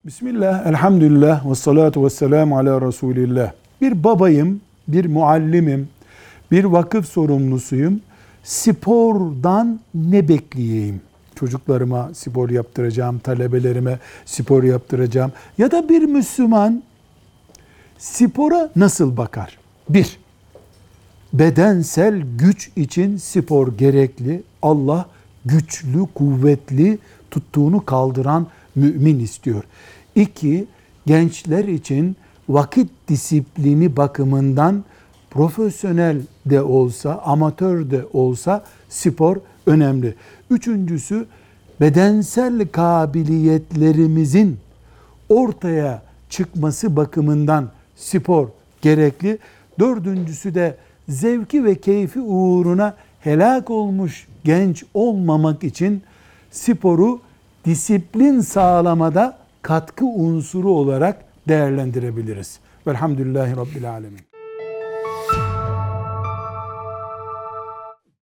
Bismillah, elhamdülillah, ve salatu ve selamu ala Resulillah. Bir babayım, bir muallimim, bir vakıf sorumlusuyum. Spordan ne bekleyeyim? Çocuklarıma spor yaptıracağım, talebelerime spor yaptıracağım. Ya da bir Müslüman spora nasıl bakar? Bir, bedensel güç için spor gerekli. Allah güçlü, kuvvetli, tuttuğunu kaldıran mümin istiyor. İki, gençler için vakit disiplini bakımından profesyonel de olsa, amatör de olsa spor önemli. Üçüncüsü, bedensel kabiliyetlerimizin ortaya çıkması bakımından spor gerekli. Dördüncüsü de zevki ve keyfi uğruna helak olmuş genç olmamak için sporu disiplin sağlamada katkı unsuru olarak değerlendirebiliriz. Velhamdülillahi Rabbil Alemin.